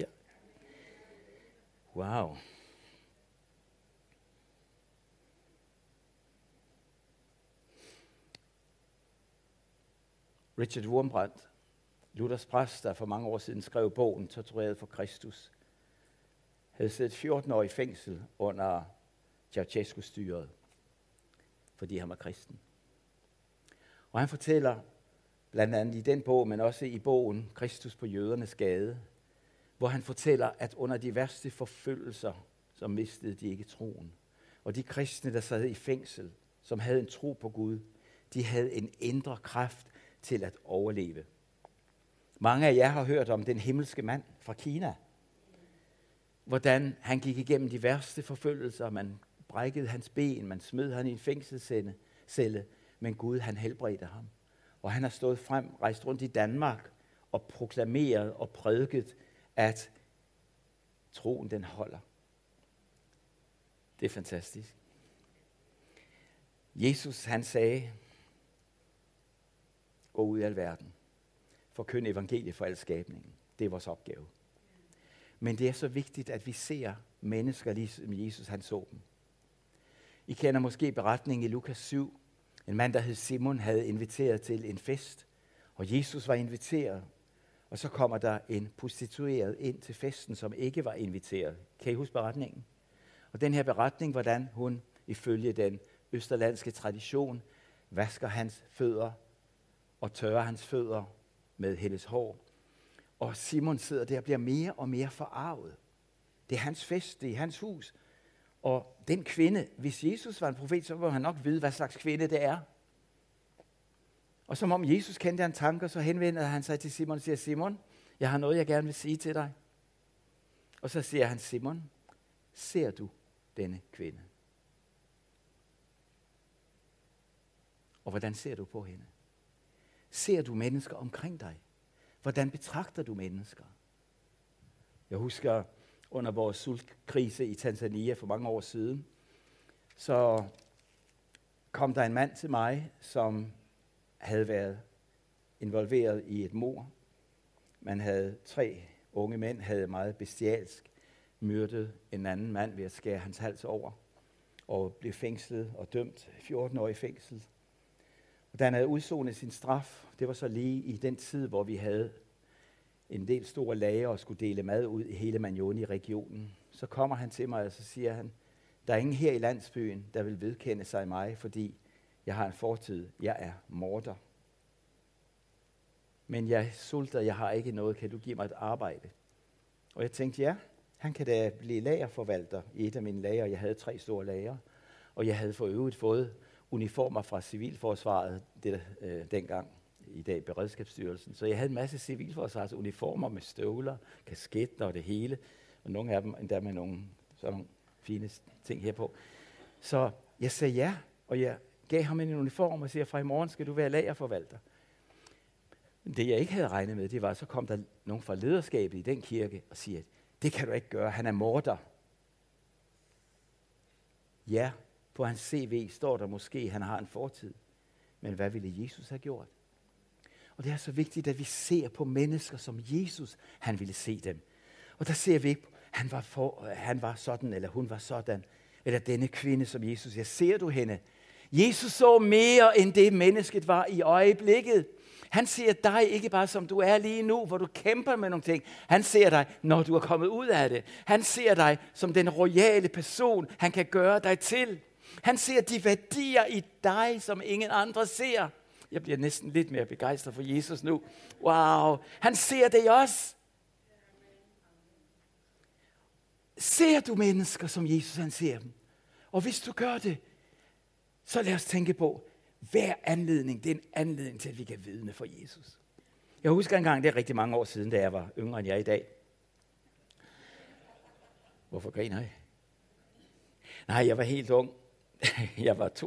Wow. Richard Wurmbrand, Luthers præst, der for mange år siden skrev bogen Tortureret for Kristus, havde siddet fjorten år i fængsel under Ceausescu-styret, fordi han var kristen. Og han fortæller blandt andet i den bog, men også i bogen Kristus på jødernes gade, hvor han fortæller, at under de værste forfølgelser, så mistede de ikke troen. Og de kristne, der sad i fængsel, som havde en tro på Gud, de havde en indre kraft til at overleve. Mange af jer har hørt om den himmelske mand fra Kina. Hvordan han gik igennem de værste forfølgelser. Man brækkede hans ben, man smed han i en fængselscelle, men Gud han helbredte ham. Og han har stået frem, rejst rundt i Danmark og proklameret og prædiket, at troen den holder. Det er fantastisk. Jesus han sagde, gå ud i al verden, forkynde evangeliet for al skabningen. Det er vores opgave. Men det er så vigtigt, at vi ser mennesker, ligesom Jesus han så dem. I kender måske beretningen i Lukas syv. En mand, der hed Simon, havde inviteret til en fest, og Jesus var inviteret. Og så kommer der en prostitueret ind til festen, som ikke var inviteret. Kan I huske beretningen? Og den her beretning, hvordan hun ifølge den østerlandske tradition vasker hans fødder og tørrer hans fødder med hendes hår. Og Simon sidder der og bliver mere og mere forarvet. Det er hans fest, det er hans hus. Og den kvinde, hvis Jesus var en profet, så må han nok vide, hvad slags kvinde det er. Og som om Jesus kendte hans tanker, så henvender han sig til Simon og siger, Simon, jeg har noget, jeg gerne vil sige til dig. Og så siger han, Simon, ser du denne kvinde? Og hvordan ser du på hende? Ser du mennesker omkring dig? Hvordan betragter du mennesker? Jeg husker under vores sultkrise i Tanzania for mange år siden, så kom der en mand til mig, som havde været involveret i et mord. Man havde tre unge mænd, havde meget bestialsk myrdet en anden mand ved at skære hans hals over, og blev fængslet og dømt fjorten år i fængsel. Og da han havde udsonet sin straf, det var så lige i den tid, hvor vi havde en del store lager og skulle dele mad ud i hele Manyoni-regionen, så kommer han til mig, og så siger han, der er ingen her i landsbyen, der vil vedkende sig mig, fordi jeg har en fortid. Jeg er morder. Men jeg sulter, jeg har ikke noget. Kan du give mig et arbejde? Og jeg tænkte, ja, han kan da blive lagerforvalter i et af mine lager. Jeg havde tre store lager, og jeg havde for øvrigt fået uniformer fra Civilforsvaret det, øh, dengang, i dag Beredskabsstyrelsen. Så jeg havde en masse civilforsvars uniformer med støvler, kasketter og det hele, og nogle af dem endda med nogle sådan nogle fine ting herpå. Så jeg sagde ja, og jeg gav ham en uniform og siger, fra i morgen skal du være lagerforvalter. Det jeg ikke havde regnet med, det var, så kom der nogen fra lederskabet i den kirke og siger, det kan du ikke gøre, han er morder. Ja, på hans C V står der måske, at han har en fortid. Men hvad ville Jesus have gjort? Og det er så vigtigt, at vi ser på mennesker, som Jesus, han ville se dem. Og der ser vi ikke, han var, for, han var sådan, eller hun var sådan, eller denne kvinde som Jesus. Jeg ser du hende? Jesus så mere, end det mennesket var i øjeblikket. Han ser dig ikke bare som du er lige nu, hvor du kæmper med nogle ting. Han ser dig, når du er kommet ud af det. Han ser dig som den royale person, han kan gøre dig til. Han ser de værdier i dig, som ingen andre ser. Jeg bliver næsten lidt mere begejstret for Jesus nu. Wow, han ser det i os. Ser du mennesker, som Jesus han ser dem? Og hvis du gør det, så lad os tænke på, hver anledning, det er en anledning til, at vi kan vidne for Jesus. Jeg husker engang, det er rigtig mange år siden, da jeg var yngre end jeg er i dag. Hvorfor griner jeg? Nej, jeg var helt ung. Jeg var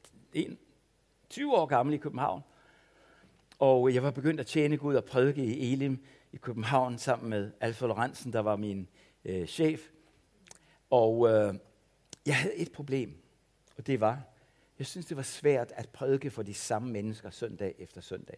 toogtyve år gammel i København. Og jeg var begyndt at tjene Gud og prædike i Elim i København sammen med Alfred Lorentzen, der var min øh, chef. Og øh, jeg havde et problem, og det var, jeg synes, det var svært at prædike for de samme mennesker søndag efter søndag.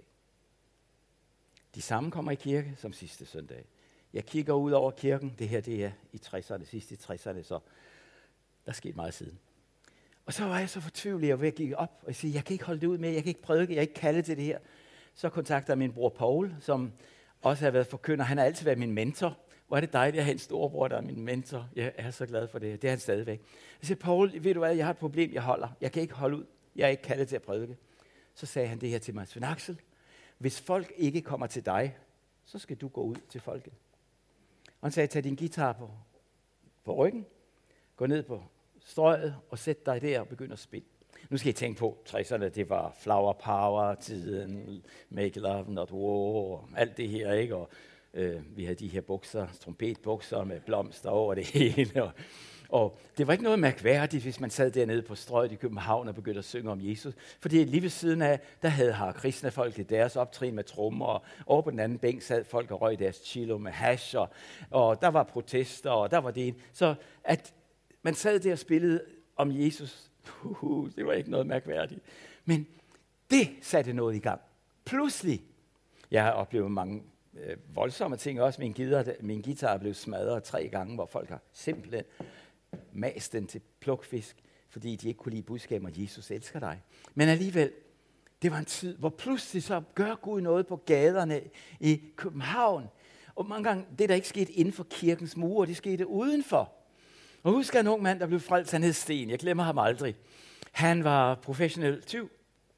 De samme kommer i kirke som sidste søndag. Jeg kigger ud over kirken. Det her, det er i tresserne, sidst i tresserne, så der skete meget siden. Og så var jeg så fortvivlet, og jeg gik op og sige, jeg kan ikke holde det ud med, jeg kan ikke prædike, jeg er ikke kaldet til det her. Så kontakter jeg min bror Paul, som også har været forkynder. Han har altid været min mentor. Hvor er det dejligt at have en storebror, der er min mentor. Jeg er så glad for det. Det er han stadigvæk. Jeg siger, Paul, ved du hvad, jeg har et problem, jeg holder. Jeg kan ikke holde ud. Jeg er ikke kaldet til at prædike. Så sagde han det her til mig. Svend Axel, hvis folk ikke kommer til dig, så skal du gå ud til folket. Og han sagde, tag din guitar på, på ryggen, gå ned på strøget og sæt dig der og begynd at spille. Nu skal I tænke på, tresserne, det var flower power, tiden, make love, not war, alt det her, ikke? Og øh, vi havde de her bukser, trompetbukser med blomster over det hele. Og, og det var ikke noget mærkværdigt, hvis man sad dernede på strøget i København og begyndte at synge om Jesus. Fordi lige ved siden af, der havde Hare Krishna-folket deres optrin med trommer, og over på den anden bænk sad folk og røg deres chilo med hash, og, og der var protester, og der var det en. Så at man sad der og spillede om Jesus, uh, det var ikke noget mærkværdigt. Men det satte noget i gang. Pludselig, jeg har oplevet mange øh, voldsomme ting også. Min guitar, min guitar er blevet smadret tre gange, hvor folk har simpelthen mast den til plukfisk, fordi de ikke kunne lide budskabet, at Jesus elsker dig. Men alligevel, det var en tid, hvor pludselig så gør Gud noget på gaderne i København. Og mange gange, det der ikke skete inden for kirkens mure, det skete udenfor. Og husker en ung mand, der blev frelst, han hed Sten. Jeg glemmer ham aldrig. Han var professionel tyv.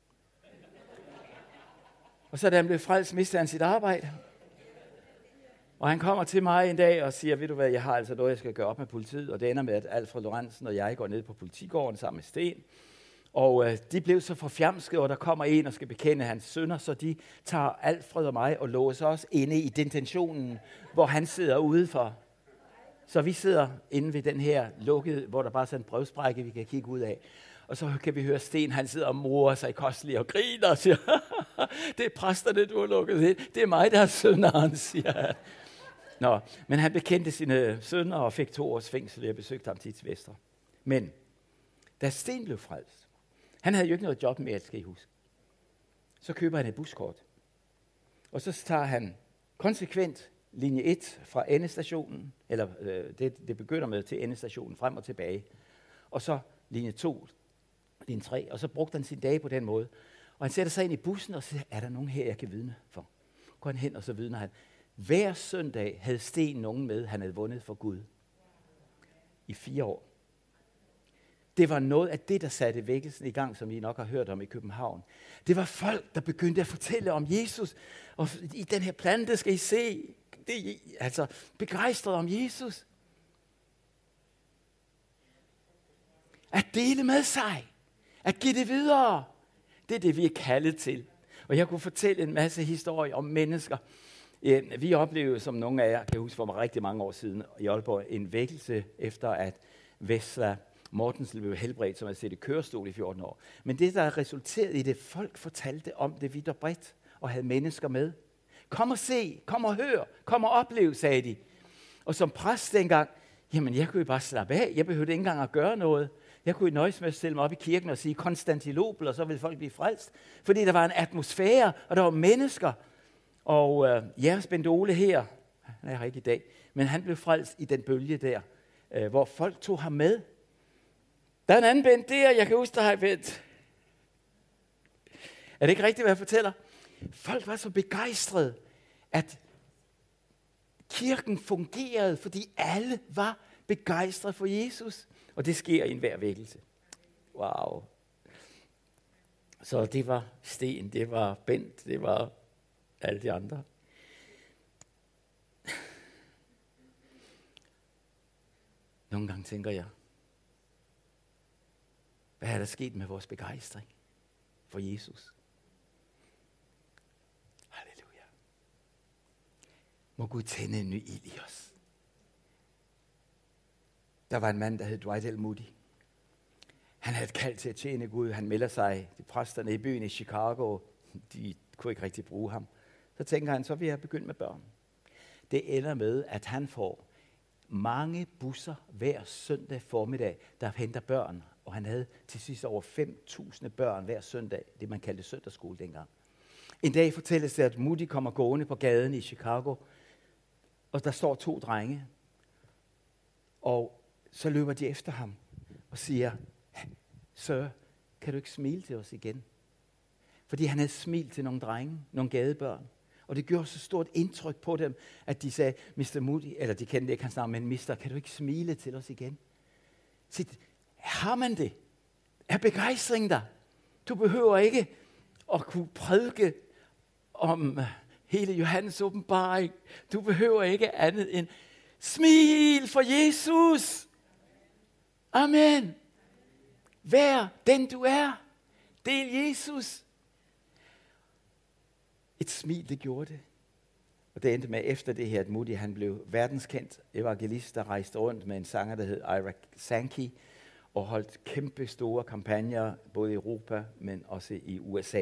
Og så da han blev frelst, mistede han sit arbejde. Og han kommer til mig en dag og siger, ved du hvad, jeg har altså noget, jeg skal gøre op med politiet. Og det ender med, at Alfred Lorentzen og jeg går ned på politigården sammen med Sten. Og øh, de blev så forfjamskede, og der kommer en og skal bekende hans sønner, så de tager Alfred og mig og låser os inde i detentionen, hvor han sidder udefor. Så vi sidder inde ved den her lukkede, hvor der bare er sådan en brevsprække, vi kan kigge ud af. Og så kan vi høre Sten, han sidder og morer sig kosteligt og griner og siger, det er præsterne, du har lukket ind. Det er mig, der er synderen, siger han. Nå, men han bekendte sine synder og fik to års fængsel, jeg besøgte ham til Vestre. Men da Sten blev frelst, han havde jo ikke noget job mere, skal I huske. Så køber han et buskort. Og så tager han konsekvent linje et fra endestationen, eller øh, det, det begynder med til endestationen, frem og tilbage. Og så linje to, linje tre, og så brugte han sin dage på den måde. Og han sætter sig ind i bussen og siger, er der nogen her, jeg kan vidne for? Går han hen, og så vidner han. Hver søndag havde Sten nogen med, han havde vundet for Gud. I fire år. Det var noget af det, der satte vækkelsen i gang, som I nok har hørt om i København. Det var folk, der begyndte at fortælle om Jesus. Og i den her plante skal I se, det, altså begejstret om Jesus. At dele med sig. At give det videre. Det er det, vi er kaldet til. Og jeg kunne fortælle en masse historier om mennesker. Vi oplevede, som nogle af jer kan huske for rigtig mange år siden i Aalborg, en vækkelse efter, at Vesla Mortensen blev helbredt, som havde siddet i kørestol i fjorten år. Men det, der resulterede i det, folk fortalte om det vidt og bredt, og havde mennesker med. Kom og se, kom og hør, kom og oplev, sagde de. Og som præst dengang, jamen jeg kunne jo bare slappe af, jeg behøvede ikke engang at gøre noget. Jeg kunne jo nøjes med at stille mig op i kirken og sige Konstantinopel, og så ville folk blive frelst. Fordi der var en atmosfære, og der var mennesker. Og øh, jeres Bent Ole her, han er her ikke i dag, men han blev frelst i den bølge der, øh, hvor folk tog ham med. Der er en anden Bent der, jeg kan huske, der har jeg Bent. Er det ikke rigtigt, hvad jeg fortæller? Folk var så begejstrede, at kirken fungerede, fordi alle var begejstrede for Jesus. Og det sker i enhver vækkelse. Wow. Så det var Sten, det var Bent, det var alle de andre. Nogle gange tænker jeg, hvad er der sket med vores begejstring for Jesus? Halleluja. Må Gud tænde en ny ild i os. Der var en mand, der hed Dwight L. Moody. Han havde et kald til at tjene Gud. Han melder sig til præsterne i byen i Chicago. De kunne ikke rigtig bruge ham. Så tænker han, så vil jeg begynde med børn. Det ender med, at han får mange busser hver søndag formiddag, der henter børn. Og han havde til sidst over fem tusind børn hver søndag, det man kaldte søndagsskole dengang. En dag fortælles det, at Moody kommer gående på gaden i Chicago, og der står to drenge. Og så løber de efter ham og siger, Sir, kan du ikke smile til os igen? Fordi han havde smilt til nogle drenge, nogle gadebørn. Og det gjorde så stort indtryk på dem, at de sagde, mister Moody, eller de kendte ikke hans navn, men mister, kan du ikke smile til os igen? Så har man det? Er begejstring der? Du behøver ikke at kunne prædike om hele Johannes åbenbaring. Du behøver ikke andet end smil for Jesus. Amen. Vær den du er. Del Jesus. Et smil, det gjorde det. Og det endte med efter det her, at Moody han blev verdenskendt evangelist, der rejste rundt med en sanger, der hed Ira Sankey, og holdt kæmpe store kampagner, både i Europa, men også i U S A.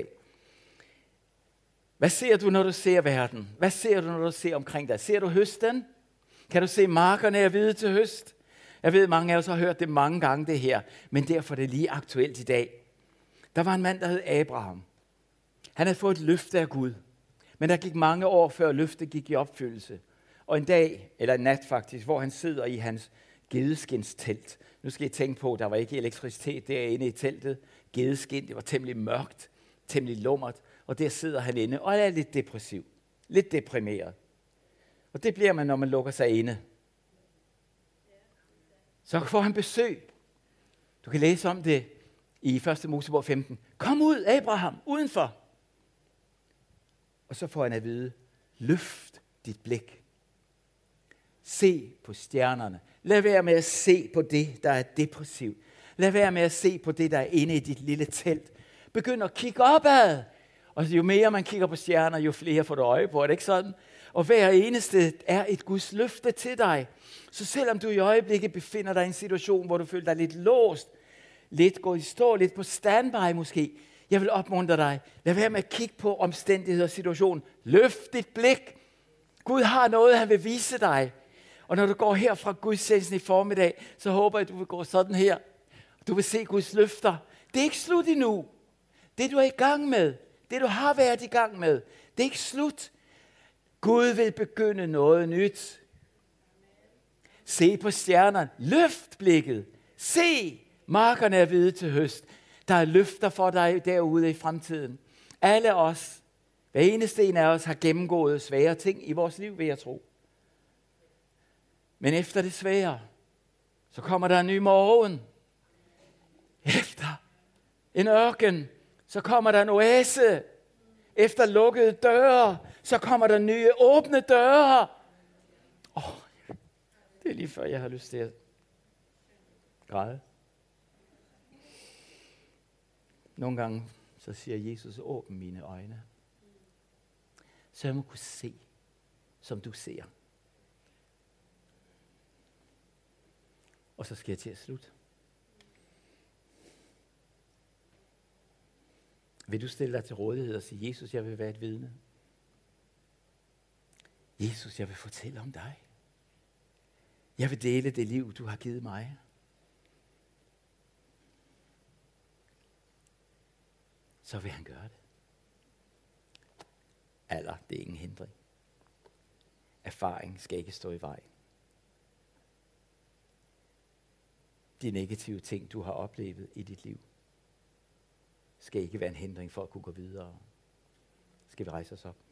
Hvad ser du, når du ser verden? Hvad ser du, når du ser omkring dig? Ser du høsten? Kan du se markerne er hvide til høst? Jeg ved, mange af os har hørt det mange gange, det her, men derfor er det lige aktuelt i dag. Der var en mand, der hed Abraham. Han havde fået et løfte af Gud, men der gik mange år før løftet gik i opfyldelse. Og en dag, eller en nat faktisk, hvor han sidder i hans gedeskindstelt. Nu skal I tænke på, der var ikke elektricitet derinde i teltet. Gedeskind, det var temmelig mørkt, temmelig lummert, og der sidder han inde og er lidt depressiv, lidt deprimeret. Og det bliver man, når man lukker sig inde. Så får han besøg. Du kan læse om det i første Mosebog femten. Kom ud, Abraham, udenfor. Og så får han at vide, løft dit blik. Se på stjernerne. Lad være med at se på det, der er depressivt. Lad være med at se på det, der er inde i dit lille telt. Begynd at kigge opad. Og jo mere man kigger på stjerner, jo flere får du øje på. Er det ikke sådan? Og hver eneste er et Guds løfte til dig. Så selvom du i øjeblikket befinder dig i en situation, hvor du føler dig lidt låst, lidt gået i stå, lidt på standby måske, jeg vil opmuntre dig. Lad være med at kigge på omstændigheder og situationen. Løft dit blik. Gud har noget, han vil vise dig. Og når du går her fra gudstjenesten i formiddag, så håber jeg, at du vil gå sådan her. Du vil se Guds løfter. Det er ikke slut endnu. Det du er i gang med, det du har været i gang med, det er ikke slut. Gud vil begynde noget nyt. Se på stjernerne. Løft blikket. Se, markerne er hvide til høst. Der er løfter for dig derude i fremtiden. Alle os, hver eneste en af os, har gennemgået svære ting i vores liv, vil jeg tro. Men efter det svære, så kommer der en ny morgen. Efter en ørken, så kommer der en oase. Efter lukkede døre, så kommer der nye åbne døre. Åh, oh, det er lige før, jeg har lyst til at græde. Nogle gange, så siger Jesus, åbn mine øjne, så jeg må kunne se, som du ser. Og så skal jeg til at slutte. Vil du stille dig til rådighed og sige, Jesus, jeg vil være et vidne? Jesus, jeg vil fortælle om dig. Jeg vil dele det liv, du har givet mig. Så vil han gøre det. Alder, det er ingen hindring. Erfaring skal ikke stå i vejen. De negative ting, du har oplevet i dit liv, skal ikke være en hindring for at kunne gå videre. Skal vi rejse os op?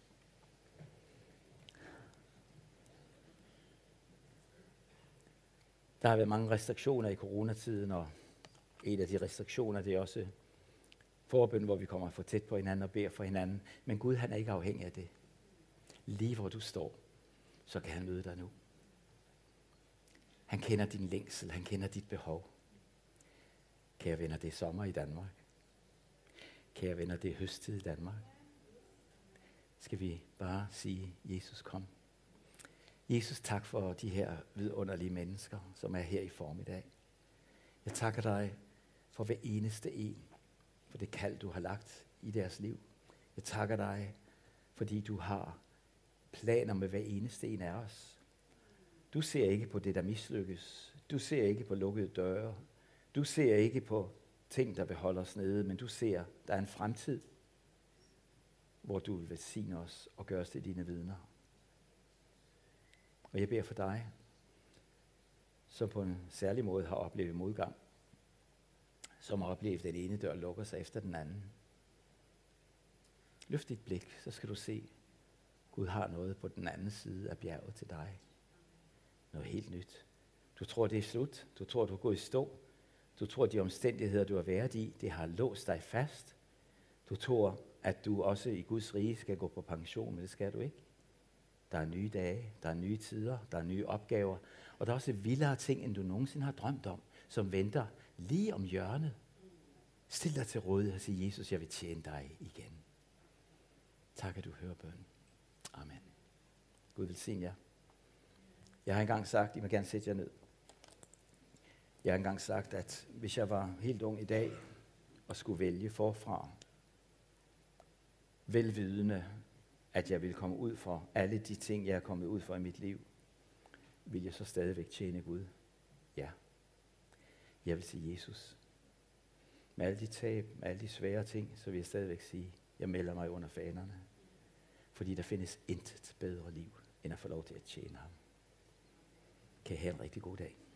Der har været mange restriktioner i coronatiden, og en af de restriktioner, det er også forbøn, hvor vi kommer for tæt på hinanden og beder for hinanden. Men Gud, han er ikke afhængig af det. Lige hvor du står, så kan han møde dig nu. Han kender din længsel, han kender dit behov. Kære venner, det er sommer i Danmark. Kære venner, det er høsttid i Danmark. Skal vi bare sige, Jesus kom. Jesus, tak for de her vidunderlige mennesker, som er her i formiddag. Jeg takker dig for hver eneste en, for det kald, du har lagt i deres liv. Jeg takker dig, fordi du har planer med hver eneste en af os. Du ser ikke på det, der mislykkes. Du ser ikke på lukkede døre. Du ser ikke på ting, der vil holde os nede, men du ser, der er en fremtid, hvor du vil velsigne os og gøre os til dine vidner. Og jeg beder for dig, som på en særlig måde har oplevet modgang, som har oplevet, at den ene dør lukker sig efter den anden. Løft dit blik, så skal du se, Gud har noget på den anden side af bjerget til dig. Noget helt nyt. Du tror, det er slut. Du tror, du er gået i stå. Du tror, de omstændigheder, du har været i, det har låst dig fast. Du tror, at du også i Guds rige skal gå på pension, men det skal du ikke. Der er nye dage, der er nye tider, der er nye opgaver, og der er også vildere ting, end du nogensinde har drømt om, som venter lige om hjørnet. Stil dig til rådighed og sig, Jesus, jeg vil tjene dig igen. Tak, at du hører bønnen. Amen. Gud velsigne jer. Jeg har engang sagt, I må gerne sætte jer ned. Jeg har engang sagt, at hvis jeg var helt ung i dag og skulle vælge forfra, velvidende, at jeg ville komme ud for alle de ting, jeg er kommet ud for i mit liv, vil jeg så stadigvæk tjene Gud? Ja. Jeg vil sige Jesus. Med alle de tab, med alle de svære ting, så vil jeg stadigvæk sige, jeg melder mig under fanerne. Fordi der findes intet bedre liv, end at få lov til at tjene ham. Kan I have en rigtig god dag.